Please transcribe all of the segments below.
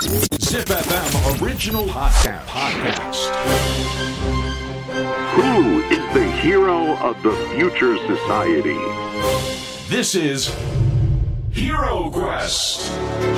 Zip FM original podcast. Who is the hero of the future society? This is Hero Quest.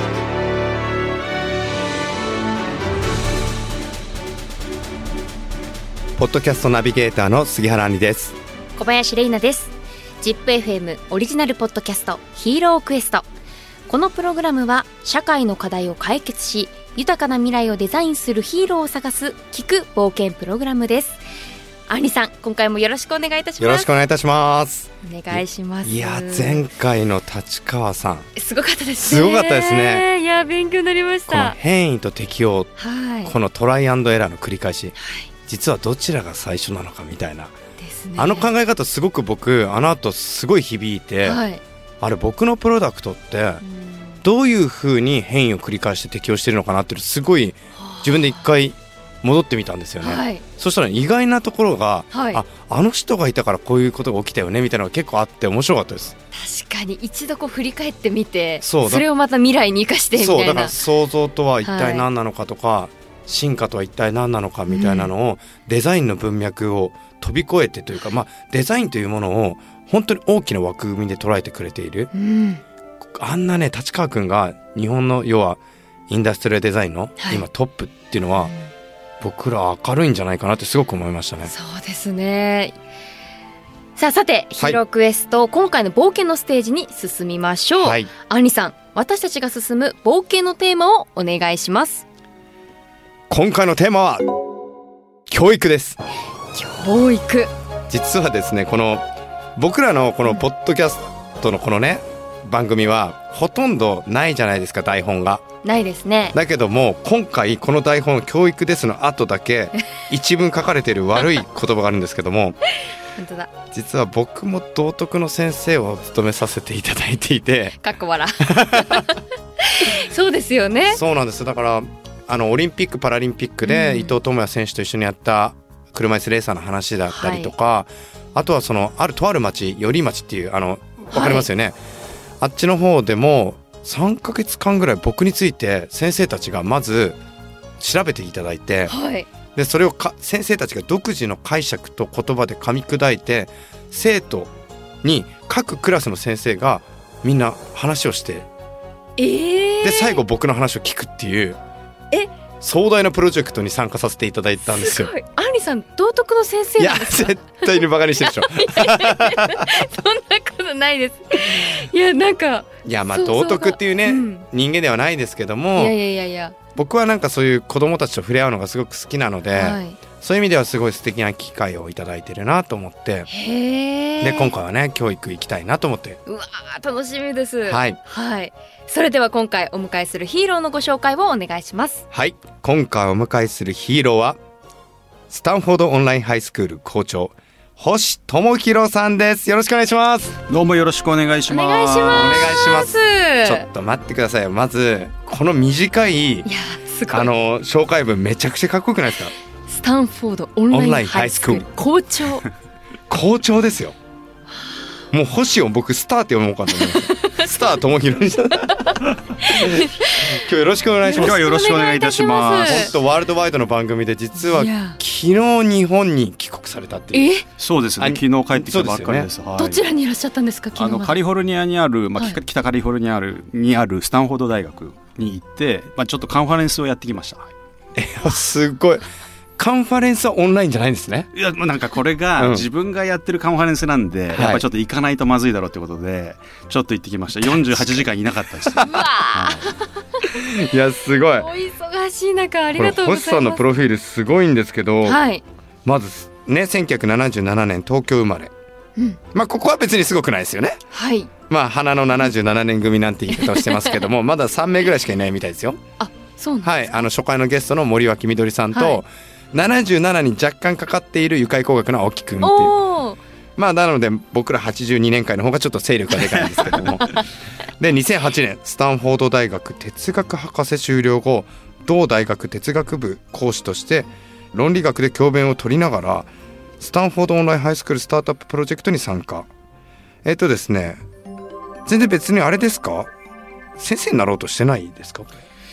ポッドキャストナビゲーターの杉原杏里です。 小林玲奈です。 ZIPFM オリジナルポッドキャストヒーロークエスト。このプログラムは社会の課題を解決し豊かな未来をデザインするヒーローを探す聞く冒険プログラムです。杏里さん、今回もよろしくお願いいたします。 よろしくお願いいたします。 お願いします。 いや、前回の立川さんすごかったですね。 すごかったですね。 いや、勉強になりましこのた。 変異と適応、 はい、 このトライアンドエラーの繰り返し、 はい、 実はどちらが最初なのかみたいなですね。 あの考え方すごく僕あの後すごい響いて、 はい、 あれ僕のプロダクトってどういう風に変異を繰り返して適応してるのかなってすごい自分で一回戻ってみたんですよね、はい、そしたら意外なところが、はい、あの人がいたからこういうことが起きたよねみたいなのが結構あって面白かったです。 確かに一度こう振り返ってみて、 それをまた未来に生かしてみたいな。 そうだから創造とは一体何なのかとか、はい、進化とは一体何なのかみたいなのを、デザインの文脈を飛び越えてというか、デザインというものを本当に大きな枠組みで捉えてくれている、あんなね立川くんが日本の要はインダストリアルデザインの今トップっていうのは、僕ら明るいんじゃないかなってすごく思いましたね。 そうですね。さてヒーロークエスト、今回の冒険のステージに進みましょう。杏里さん、私たちが進む冒険のテーマをお願いします。 今回のテーマは教育です。 教育、 実はですね、この僕らのこのポッドキャストのこのね番組はほとんどないじゃないですか。台本がないですね。 だけども今回この台本教育ですの後だけ一文書かれている悪い言葉があるんですけども本当だ。 実は僕も道徳の先生を務めさせていただいていて、 かっこ笑そうですよね。 そうなんです。だからオリンピックパラリンピックで伊藤智也選手と一緒にやった車椅子レーサーの話だったりとか、あとはとある町、寄居町っていうわかりますよね、あっちの方でも3ヶ月間ぐらい僕について先生たちがまず調べていただいて、でそれを先生たちが独自の解釈と言葉で噛み砕いて生徒に各クラスの先生がみんな話をして、で最後僕の話を聞くっていう壮大なプロジェクトに参加させていただいたんですよ。 すごい。杏里さん道徳の先生なんですか？ いや絶対にバカにしてるでしょそんなことないです。いや道徳っていうね、人間ではないですけども、 いや僕はそういう子どもたちと触れ合うのがすごく好きなので、そういう意味ではすごい素敵な機会をいただいてるなと思って、で今回はね教育行きたいなと思って。 うわ楽しみです。 はい、 それでは今回お迎えするヒーローのご紹介をお願いします。 はい、今回お迎えするヒーローはスタンフォードオンラインハイスクール校長星智弘さんです。よろしくお願いします。 どうもよろしくお願いします。 お願いします。 ちょっと待ってくださいよ。まずこの短い紹介文めちゃくちゃかっこよくないですか？ スタンフォードオンラインハイスクール校長校長ですよ。もう星を僕スターって読もうかと思いますスター智弘にした今日よろしくお願いします。 今日はよろしくお願いいたします。 本当ワールドワイドの番組で実は昨日日本に帰国されたっていう。 そうですね、昨日帰ってきたばっかりです。 どちらにいらっしゃったんですか？昨日カリフォルニアにある、北カリフォルニアにあるスタンフォード大学に行って、ちょっとカンファレンスをやってきました。 すごい。カンファレンスはオンラインじゃないんですね。 いやこれが自分がやってるカンファレンスなんで、やっぱりちょっと行かないとまずいだろうってことでちょっと行ってきました。48時間いなかったですうわ、 いやすごいお忙しい中ありがとうございます。 星さんのプロフィールすごいんですけど、まずね1977年東京生まれ、ここは別にすごくないですよね。花の77年組なんて言い方をしてますけどもまだ3名ぐらいしかいないみたいですよ。 そうなんですか？ 初回のゲストの森脇みどりさんと、77に若干かかっている愉快工学の青木くんっていう、なので僕ら82年会の方がちょっと勢力がでかいんですけどもで2008年スタンフォード大学哲学博士修了後、同大学哲学部講師として論理学で教鞭を取りながらスタンフォードオンラインハイスクールスタートアッププロジェクトに参加。ですね、全然別にあれですか、先生になろうとしてないですか？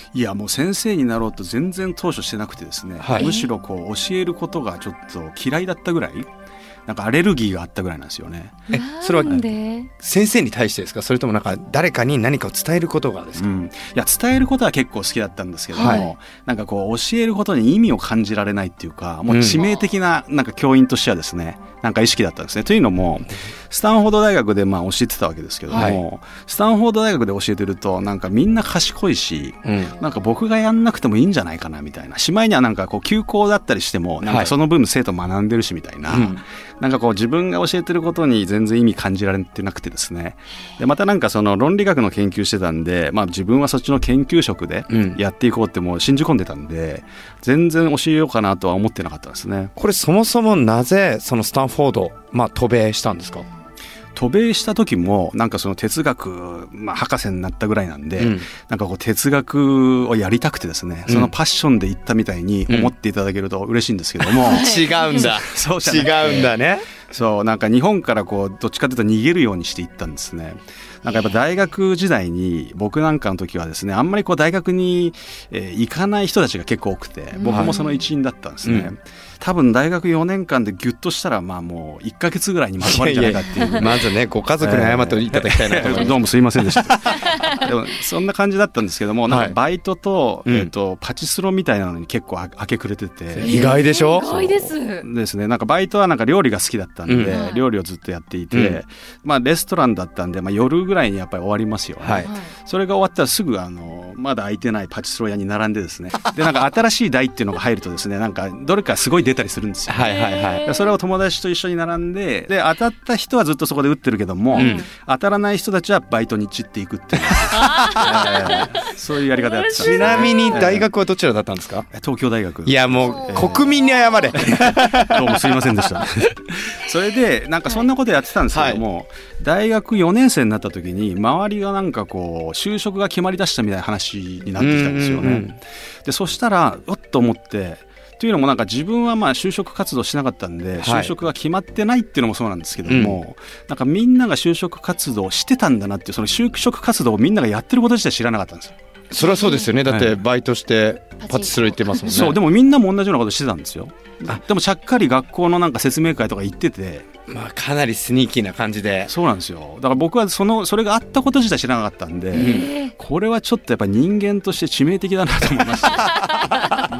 いやもう先生になろうと全然当初してなくてですね、 はい、 むしろこう教えることがちょっと嫌いだったぐらい、なんかアレルギーがあったぐらいなんですよね。 それはなんで先生に対してですか、それともなんか誰かに何かを伝えることがですか？ いや伝えることは結構好きだったんですけども、 はい、 なんかこう教えることに意味を感じられないっていうか、もう致命的ななんか教員としてはですね、なんか意識だったんですね。というのもスタンフォード大学でまあ教えてたわけですけども、はい、スタンフォード大学で教えてるとなんかみんな賢いし、なんか僕がやんなくてもいいんじゃないかなみたいな、しまいにはなんかこう休校だったりしてもなんかその分生徒学んでるしみたいな、なんかこう自分が教えてることに全然意味感じられてなくてですね、でまたなんかその論理学の研究してたんで、まあ、自分はそっちの研究職でやっていこうってもう信じ込んでたんで、全然教えようかなとは思ってなかったですね。 これそもそもなぜそのスタンフォード、まあ、渡米したんですか？ 渡米した時もなんかその哲学、まあ、博士になったぐらいなんで、なんかこう哲学をやりたくてですね、そのパッションで行ったみたいに思っていただけると嬉しいんですけども、 違うんだそうじゃない違うんだね。 そうなんか日本からこうどっちかというと逃げるようにしていったんですね。なんかやっぱ大学時代に僕なんかの時はですね、あんまりこう大学に行かない人たちが結構多くて、僕もその一員だったんですね。多分大学4年間でギュッとしたらまあもう1ヶ月ぐらいにまとまるんじゃないかっていう。 まずねご家族に謝っていただきたいなと思います。 どうもすいませんでした。でもそんな感じだったんですけども、なんかバイトと、パチスロみたいなのに結構明け暮れてて、 意外でしょ？ 意外ですね。なんかバイトはなんか料理が好きだったんで、料理をずっとやっていて、まあレストランだったんで、まあ夜ぐらいにやっぱり終わりますよね。それが終わったらすぐまだ開いてないパチスロ屋に並んでですね、でなんか新しい台っていうのが入るとですね、なんかどれかすごい出たりするんですよ。それを友達と一緒に並んで、で当たった人はずっとそこで打ってるけども、当たらない人たちはバイトに散っていくっていう、そういうやり方やってたんです。 ちなみに大学はどちらだったんですか？ 東京大学。 いやもう、国民に謝れ。 どうもすいませんでした。それでなんかそんなことやってたんですけども、大学4年生になった時に周りがなんかこう就職が決まりだしたみたいな話になってきたんですよね。でそしたらおっと思って、というのもなんか自分はまあ就職活動しなかったんで、就職が決まってないっていうのもそうなんですけども、なんかみんなが就職活動してたんだなっていう、その就職活動をみんながやってること自体知らなかったんですよ。 それはそうですよね。だってバイトしてパチスロ行ってますもんね。 そうでもみんなも同じようなことしてたんですよ。でもちゃっかり学校のなんか説明会とか行ってて、 まあかなりスニーキーな感じで。そうなんですよ。だから僕はそれがあったこと自体知らなかったんで、これはちょっとやっぱ人間として致命的だなと思いました。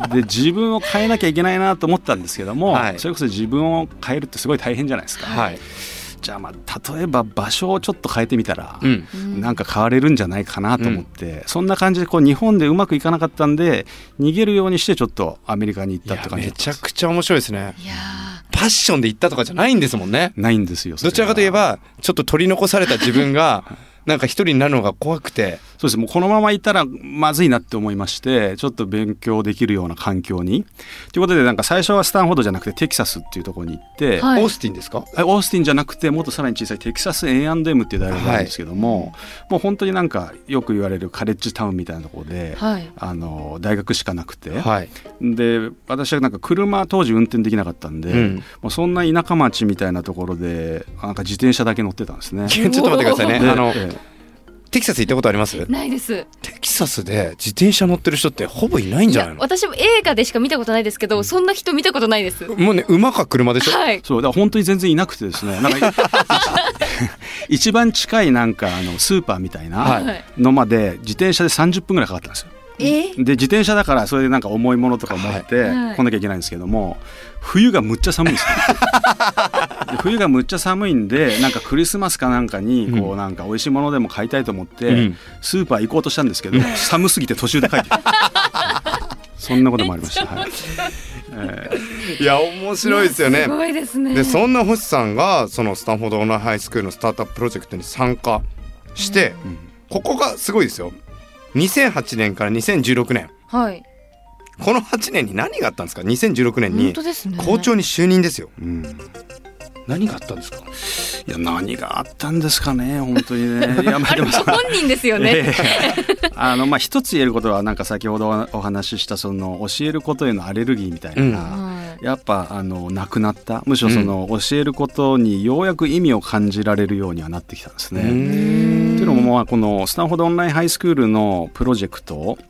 で自分を変えなきゃいけないなと思ったんですけども、それこそ自分を変えるってすごい大変じゃないですか。じゃあまあ例えば場所をちょっと変えてみたら、なんか変われるんじゃないかなと思って、そんな感じでこう日本でうまくいかなかったんで逃げるようにしてちょっとアメリカに行ったって感じ。 めちゃくちゃ面白いですね。パッションで行ったとかじゃないんですもんね。 ないんですよ。 どちらかといえばちょっと取り残された自分がなんか一人になるのが怖くて、 そうです。もうこのままいたらまずいなって思いまして、ちょっと勉強できるような環境にということで、なんか最初はスタンフォードじゃなくてテキサスっていうところに行って、 オースティンですか？ オースティンじゃなくてもっとさらに小さいテキサス A&M っていう大学があるんですけども、もう本当になんかよく言われるカレッジタウンみたいなところで、大学しかなくて、で私はなんか車当時運転できなかったんで、もうそんな田舎町みたいなところでなんか自転車だけ乗ってたんですね。 ちょっと待ってくださいね。テキサス行ったことあります？ ないです。 テキサスで自転車乗ってる人ってほぼいないんじゃないの？ 私も映画でしか見たことないですけど、そんな人見たことないです。 もうね、馬か車でしょ？ そうだから本当に全然いなくてですね、なんか一番近いなんかスーパーみたいなのまで自転車で30分ぐらいかかったんですよ。で自転車だからそれでなんか重いものとか持って来なきゃいけないんですけども、冬がむっちゃ寒いんですよ。冬がむっちゃ寒いんで、なんかクリスマスかなんかにこうなんか美味しいものでも買いたいと思ってスーパー行こうとしたんですけど、寒すぎて途中で帰ってそんなこともありました。 いや面白いですよね。 すごいですね。 でそんな星さんがそのスタンフォードオンラインハイスクールのスタートアッププロジェクトに参加して、ここがすごいですよ。2008年から2016年、この8年に何があったんですか？ 2016 年に校長に就任ですよ。何があったんですか？ いや何があったんですかね、本当にね。いや、 あれも本人ですよね。 一つ言えることはなんか先ほどお話ししたその教えることへのアレルギーみたいな、やっぱなくなった。むしろその教えることにようやく意味を感じられるようにはなってきたんですね。というのもこのスタンフォードオンラインハイスクールのプロジェクト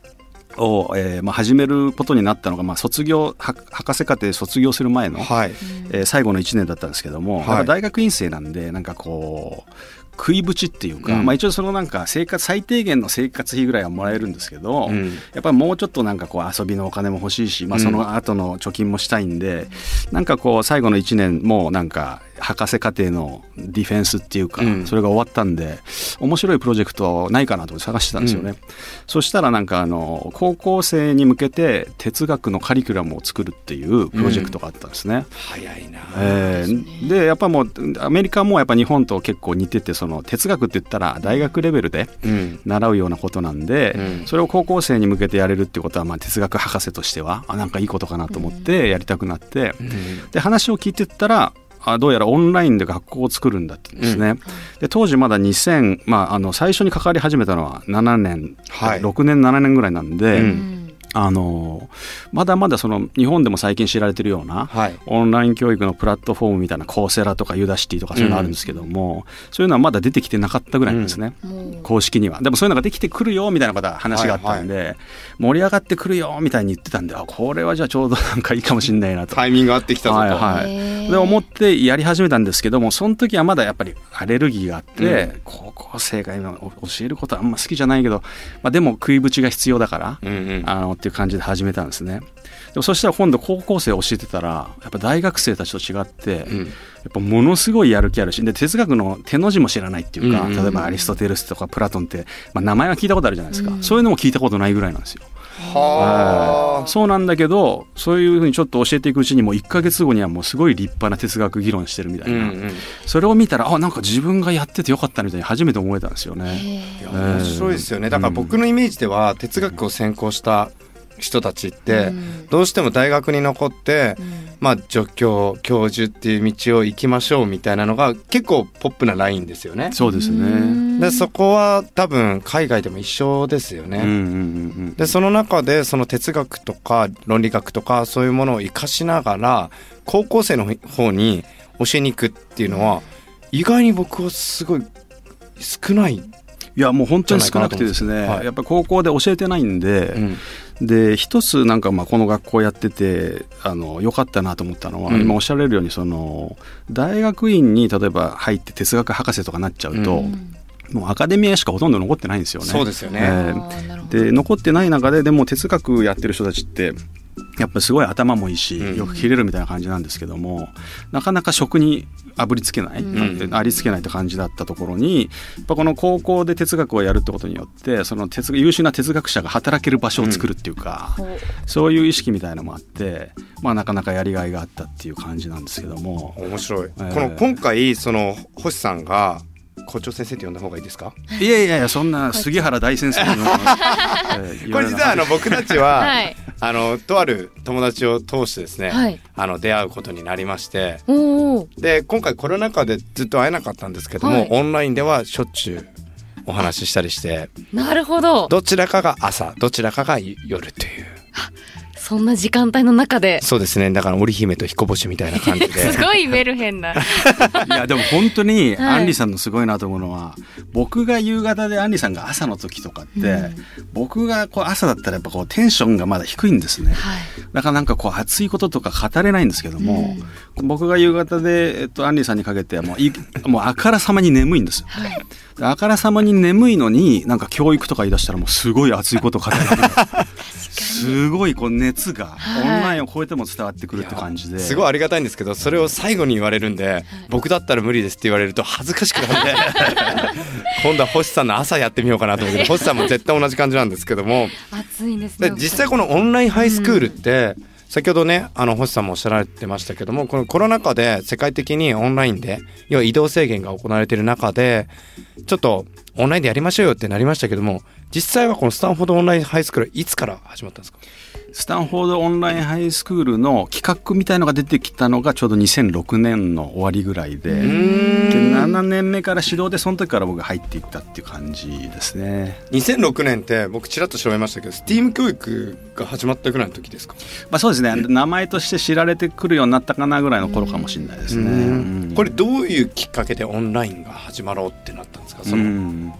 を、始めることになったのが、博士課程卒業する前の、最後の1年だったんですけども、やっぱ大学院生なんでなんかこう食いぶちっていうか、一応そのなんか最低限の生活費ぐらいはもらえるんですけど、やっぱりもうちょっとなんかこう遊びのお金も欲しいし、その後の貯金もしたいんで、なんかこう最後の1年もなんか博士課程のディフェンスっていうか、それが終わったんで面白いプロジェクトないかなと探してたんですよね。そしたらなんか高校生に向けて哲学のカリキュラムを作るっていうプロジェクトがあったんですね。 早いな。 でやっぱもうアメリカもやっぱ日本と結構似てて、その哲学って言ったら大学レベルで習うようなことなんで、それを高校生に向けてやれるってことは、哲学博士としてはなんかいいことかなと思ってやりたくなって、で話を聞いてったらどうやらオンラインで学校を作るんだって言うんですね。で当時まだ2000、最初に関わり始めたのは7年、6年7年ぐらいなんで、まだまだその日本でも最近知られてるような、オンライン教育のプラットフォームみたいなコーセラとかユダシティとかそういうのあるんですけども、そういうのはまだ出てきてなかったぐらいなんですね、公式には。でもそういうのができてくるよみたいな話があったんで、盛り上がってくるよみたいに言ってたんで、これはじゃあちょうどなんかいいかもしれないなとタイミング合ってきたぞと、 で思ってやり始めたんですけども、その時はまだやっぱりアレルギーがあって、高校生が今教えることはあんま好きじゃないけど、でも食いぶちが必要だから、っていう感じで始めたんですね。でもそしたら今度高校生教えてたら、やっぱ大学生たちと違って、やっぱものすごいやる気あるし、で哲学の手の字も知らないっていうか、例えばアリストテレスとかプラトンって、名前は聞いたことあるじゃないですか、そういうのも聞いたことないぐらいなんですよ。そうなんだけど、そういうふうにちょっと教えていくうちにもう1ヶ月後にはもうすごい立派な哲学議論してるみたいな、それを見たらなんか自分がやっててよかったみたいに初めて思えたんですよね。 面白いですよね。だから僕のイメージでは哲学を専攻した人たちってどうしても大学に残って、助教教授っていう道を行きましょうみたいなのが結構ポップなラインですよね。 そうですね。 でそこは多分海外でも一緒ですよね。でその中でその哲学とか論理学とかそういうものを生かしながら高校生の方に教えに行くっていうのは意外に僕はすごい少ない。いやもう本当に少なくてですね、やっぱり高校で教えてないんで、で一つなんかこの学校やってて良かったなと思ったのは、今おっしゃられるようにその大学院に例えば入って哲学博士とかなっちゃうと、もうアカデミアしかほとんど残ってないんですよね。 そうですよね。 で残ってない中ででも哲学やってる人たちってやっぱりすごい頭もいいし、よく切れるみたいな感じなんですけども、なかなか職にあぶりつけない、ありつけないって感じだったところに、やっぱこの高校で哲学をやるってことによってその優秀な哲学者が働ける場所を作るっていうか、そういう意識みたいなのもあって、なかなかやりがいがあったっていう感じなんですけども。 面白い、今回その星さんが校長先生って呼んだ方がいいですか？ いやそんな杉原大先生のこれ実は僕たちは、とある友達を通してですね、出会うことになりまして、で今回コロナ禍でずっと会えなかったんですけども、オンラインではしょっちゅうお話ししたりして、 なるほど、 どちらかが朝どちらかが夜というそんな時間帯の中で。 そうですね。だから織姫と彦星みたいな感じですごいメルヘンな。いやでも本当にアンリさんのすごいなと思うのは、僕が夕方でアンリさんが朝の時とかって、僕が朝だったらやっぱテンションがまだ低いんですね。だからなんか熱いこととか語れないんですけども、僕が夕方でアンリさんにかけてもうあからさまに眠いんですよ。あからさまに眠いのになんか教育とか言い出したらもうすごい熱いこと語れる。すごい熱がオンラインを超えても伝わってくるって感じで、 すごいありがたいんですけど、それを最後に言われるんで、僕だったら無理ですって言われると恥ずかしくなって今度は星さんの朝やってみようかなと思って星さんも絶対同じ感じなんですけども、 暑いんですね。 で実際このオンラインハイスクールって、先ほどね星さんもおっしゃられてましたけども、このコロナ禍で世界的にオンラインで要は移動制限が行われている中で、ちょっとオンラインでやりましょうよってなりましたけども、実際はこのスタンフォードオンラインハイスクールいつから始まったんですか？ スタンフォードオンラインハイスクールの企画みたいのが出てきたのがちょうど2006年の終わりぐらいで、7年目から指導で、その時から僕が入っていったっていう感じですね。 2006年って僕ちらっと調べましたけど、STEAM 教育が始まったぐらいの時ですか？ そうですね。名前として知られてくるようになったかなぐらいの頃かもしれないですね。 これどういうきっかけでオンラインが始まろうってなったんですか？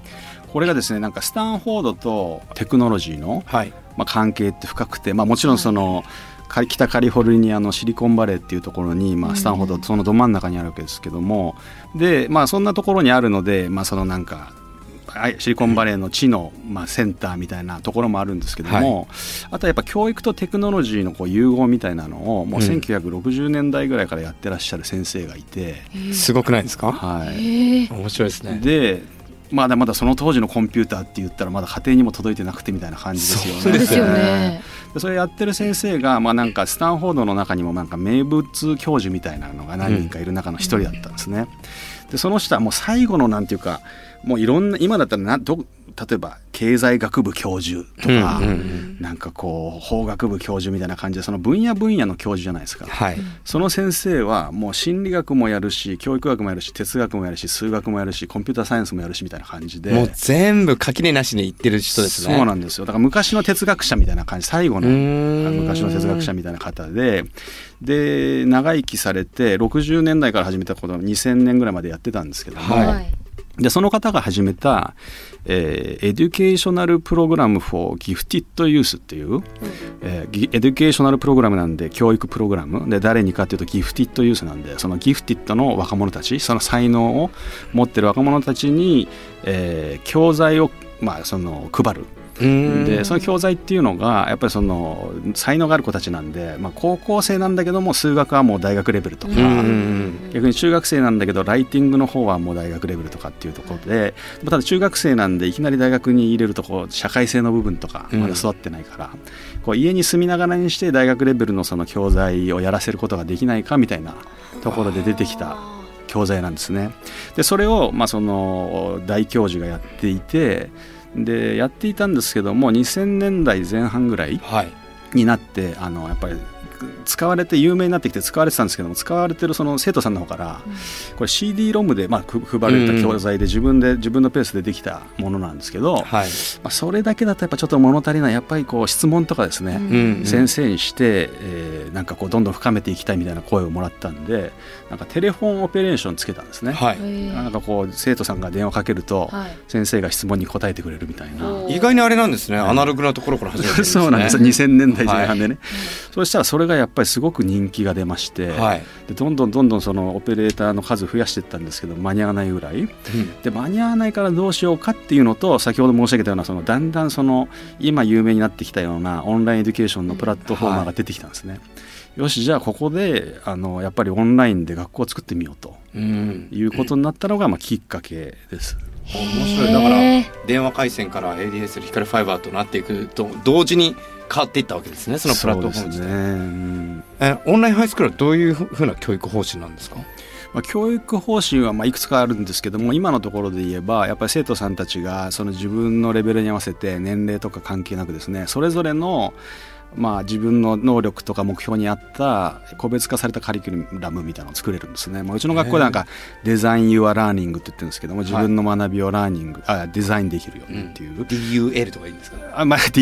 これがですねなんかスタンフォードとテクノロジーの、 はい関係って深くて、もちろんその、北カリフォルニアのシリコンバレーっていうところに、スタンフォードそのど真ん中にあるわけですけども、で、そんなところにあるので、そのなんかシリコンバレーの地の、センターみたいなところもあるんですけども、あとはやっぱ教育とテクノロジーのこう融合みたいなのをもう1960年代ぐらいからやってらっしゃる先生がいて、 すごくないですか？面白いですね。 でまだその当時のコンピューターって言ったらまだ家庭にも届いてなくてみたいな感じですよね。 そうですよね。 でそれやってる先生が、なんかスタンフォードの中にもなんか名物教授みたいなのが何人かいる中の一人だったんですね。でその人はもう最後のなんていうかもういろんな今だったら例えば経済学部教授とか、なんかこう法学部教授みたいな感じでその分野の教授じゃないですか、その先生はもう心理学もやるし教育学もやるし哲学もやるし数学もやるしコンピューターサイエンスもやるしみたいな感じでもう全部垣根なしに言ってる人ですね。 そうなんですよ。だから昔の哲学者みたいな感じ最後の昔の哲学者みたいな方で長生きされて60年代から始めたことを2000年ぐらいまでやってたんですけども、でその方が始めた、エデュケーショナルプログラム for Gifted Youth っていう、エデュケーショナルプログラムなんで教育プログラムで誰にかっていうとギフティッドユースなんでそのギフティッドの若者たちその才能を持ってる若者たちに、教材を、その配る。でその教材っていうのがやっぱりその才能がある子たちなんで、高校生なんだけども数学はもう大学レベルとか逆に中学生なんだけどライティングの方はもう大学レベルとかっていうところでただ中学生なんでいきなり大学に入れるとこう社会性の部分とかまだ育ってないから、こう家に住みながらにして大学レベルのその教材をやらせることができないかみたいなところで出てきた教材なんですね。でそれをその大教授がやっていてでやっていたんですけども2000年代前半ぐらいになって、やっぱり使われて有名になってきて使われてたんですけども使われてるその生徒さんの方からこれ CD ロムで配られた教材で自分のペースでできたものなんですけど、それだけだとやっぱちょっと物足りないやっぱりこう質問とかですね、先生にして、なんかこうどんどん深めていきたいみたいな声をもらったんでなんかテレフォンオペレーションつけたんですね。なんかこう生徒さんが電話かけると、先生が質問に答えてくれるみたいな。 意外にあれなんですね、アナログなところから始めてるんですね。 そうなんです。2000年代前半でね、そしたらそれがやっぱりすごく人気が出まして、でどんどんそのオペレーターの数増やしていったんですけど間に合わないぐらい、で間に合わないからどうしようかっていうのと先ほど申し上げたようなそのだんだんその今有名になってきたようなオンラインエデュケーションのプラットフォーマーが出てきたんですね。よしじゃあここでやっぱりオンラインで学校を作ってみようということになったのがきっかけです。 面白い。だから電話回線から ADSL 光ファイバーとなっていくと同時に変わっていったわけですね、そのプラットフォームですね。オンラインハイスクールはどういうふうな教育方針なんですか？ 教育方針はいくつかあるんですけども今のところで言えばやっぱり生徒さんたちがその自分のレベルに合わせて年齢とか関係なくですねそれぞれの自分の能力とか目標に合った個別化されたカリキュラムみたいなのを作れるんですね。うちの学校でなんかデザイン・ユア・ラーニングって言ってるんですけども自分の学びをラーニング、デザインできるようにっていう、 DUL とかいいんですかね。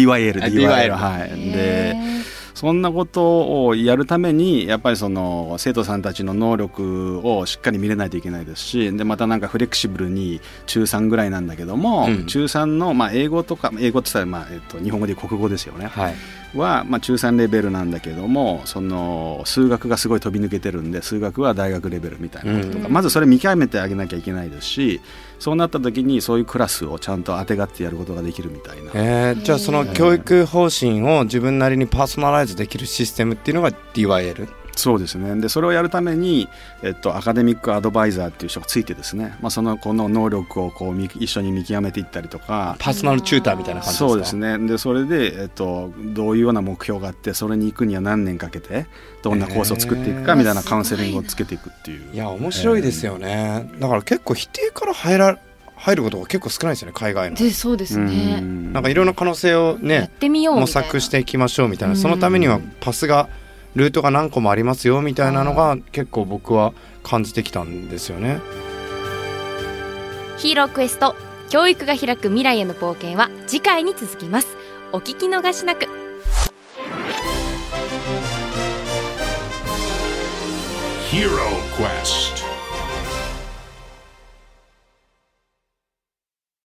DYL でそんなことをやるためにやっぱりその生徒さんたちの能力をしっかり見れないといけないですしでまたなんかフレキシブルに中3ぐらいなんだけども、中3の英語とか英語って言ったら日本語で国語ですよね、は中3レベルなんだけどもその数学がすごい飛び抜けてるんで数学は大学レベルみたいなこととか、まずそれ見極めてあげなきゃいけないですしそうなった時にそういうクラスをちゃんと当てがってやることができるみたいな、 じゃあその教育方針を自分なりにパーソナライズできるシステムっていうのが DYL。 そうですね。でそれをやるために、アカデミックアドバイザーっていう人がついてですね、この能力をこう一緒に見極めていったりとかパーソナルチューターみたいな感じですか？ そうですね。でそれで、どういうような目標があってそれに行くには何年かけてどんなコースを作っていくかみたいなカウンセリングをつけていくっていう。 いや面白いですよね。だから結構否定から入ることが結構少ないですよね海外の。 でそうですね。 なんかいろんな可能性をねやってみようみたいな模索していきましょうみたいな、そのためにはパスがルートが何個もありますよみたいなのが結構僕は感じてきたんですよね。 ヒーロークエスト教育が開く未来への冒険は次回に続きます。お聞き逃しなく。 Hero Quest